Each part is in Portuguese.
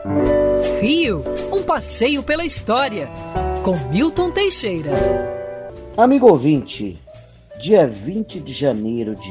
Rio, um passeio pela história, com Milton Teixeira. Amigo ouvinte, dia 20 de janeiro de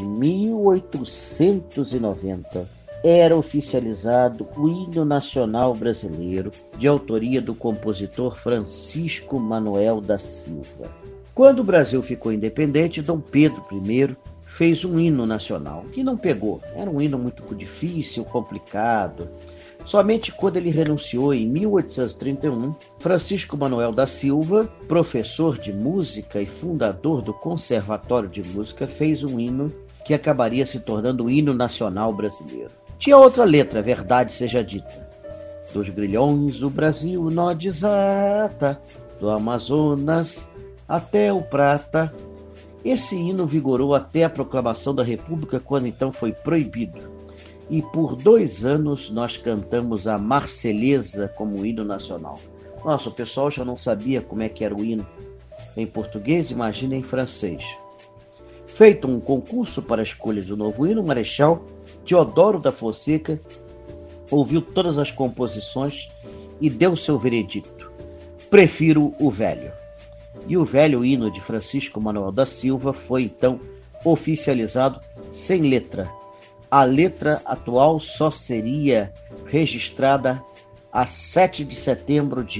1890 era oficializado o hino nacional brasileiro, de autoria do compositor Francisco Manuel da Silva. Quando o Brasil ficou independente, Dom Pedro I fez um hino nacional, que não pegou. Era um hino muito difícil, complicado. Somente quando ele renunciou em 1831, Francisco Manuel da Silva, professor de música e fundador do Conservatório de Música, fez um hino que acabaria se tornando o hino nacional brasileiro. Tinha outra letra, verdade seja dita. Dos grilhões o Brasil nó desata, do Amazonas até o Prata. Esse hino vigorou até a proclamação da República, quando então foi proibido. E por 2 anos nós cantamos a Marselhesa como hino nacional. Nossa, o pessoal já não sabia como é que era o hino em português, imagina em francês. Feito um concurso para a escolha do novo hino, o Marechal Deodoro da Fonseca ouviu todas as composições e deu seu veredicto: prefiro o velho. E o velho hino de Francisco Manuel da Silva foi então oficializado sem letra. A letra atual só seria registrada a 7 de setembro de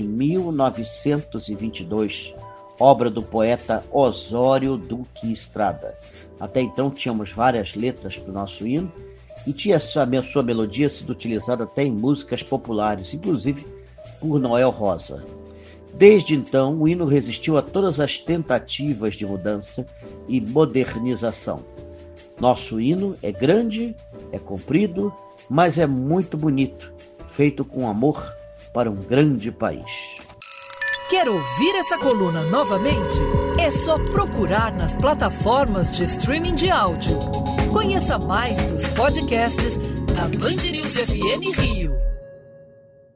1922, obra do poeta Osório Duque Estrada. Até então tínhamos várias letras para o nosso hino e tinha sua melodia sido utilizada até em músicas populares, inclusive por Noel Rosa. Desde então, o hino resistiu a todas as tentativas de mudança e modernização. Nosso hino é grande, é comprido, mas é muito bonito, feito com amor para um grande país. Quer ouvir essa coluna novamente? É só procurar nas plataformas de streaming de áudio. Conheça mais dos podcasts da Band News FM Rio.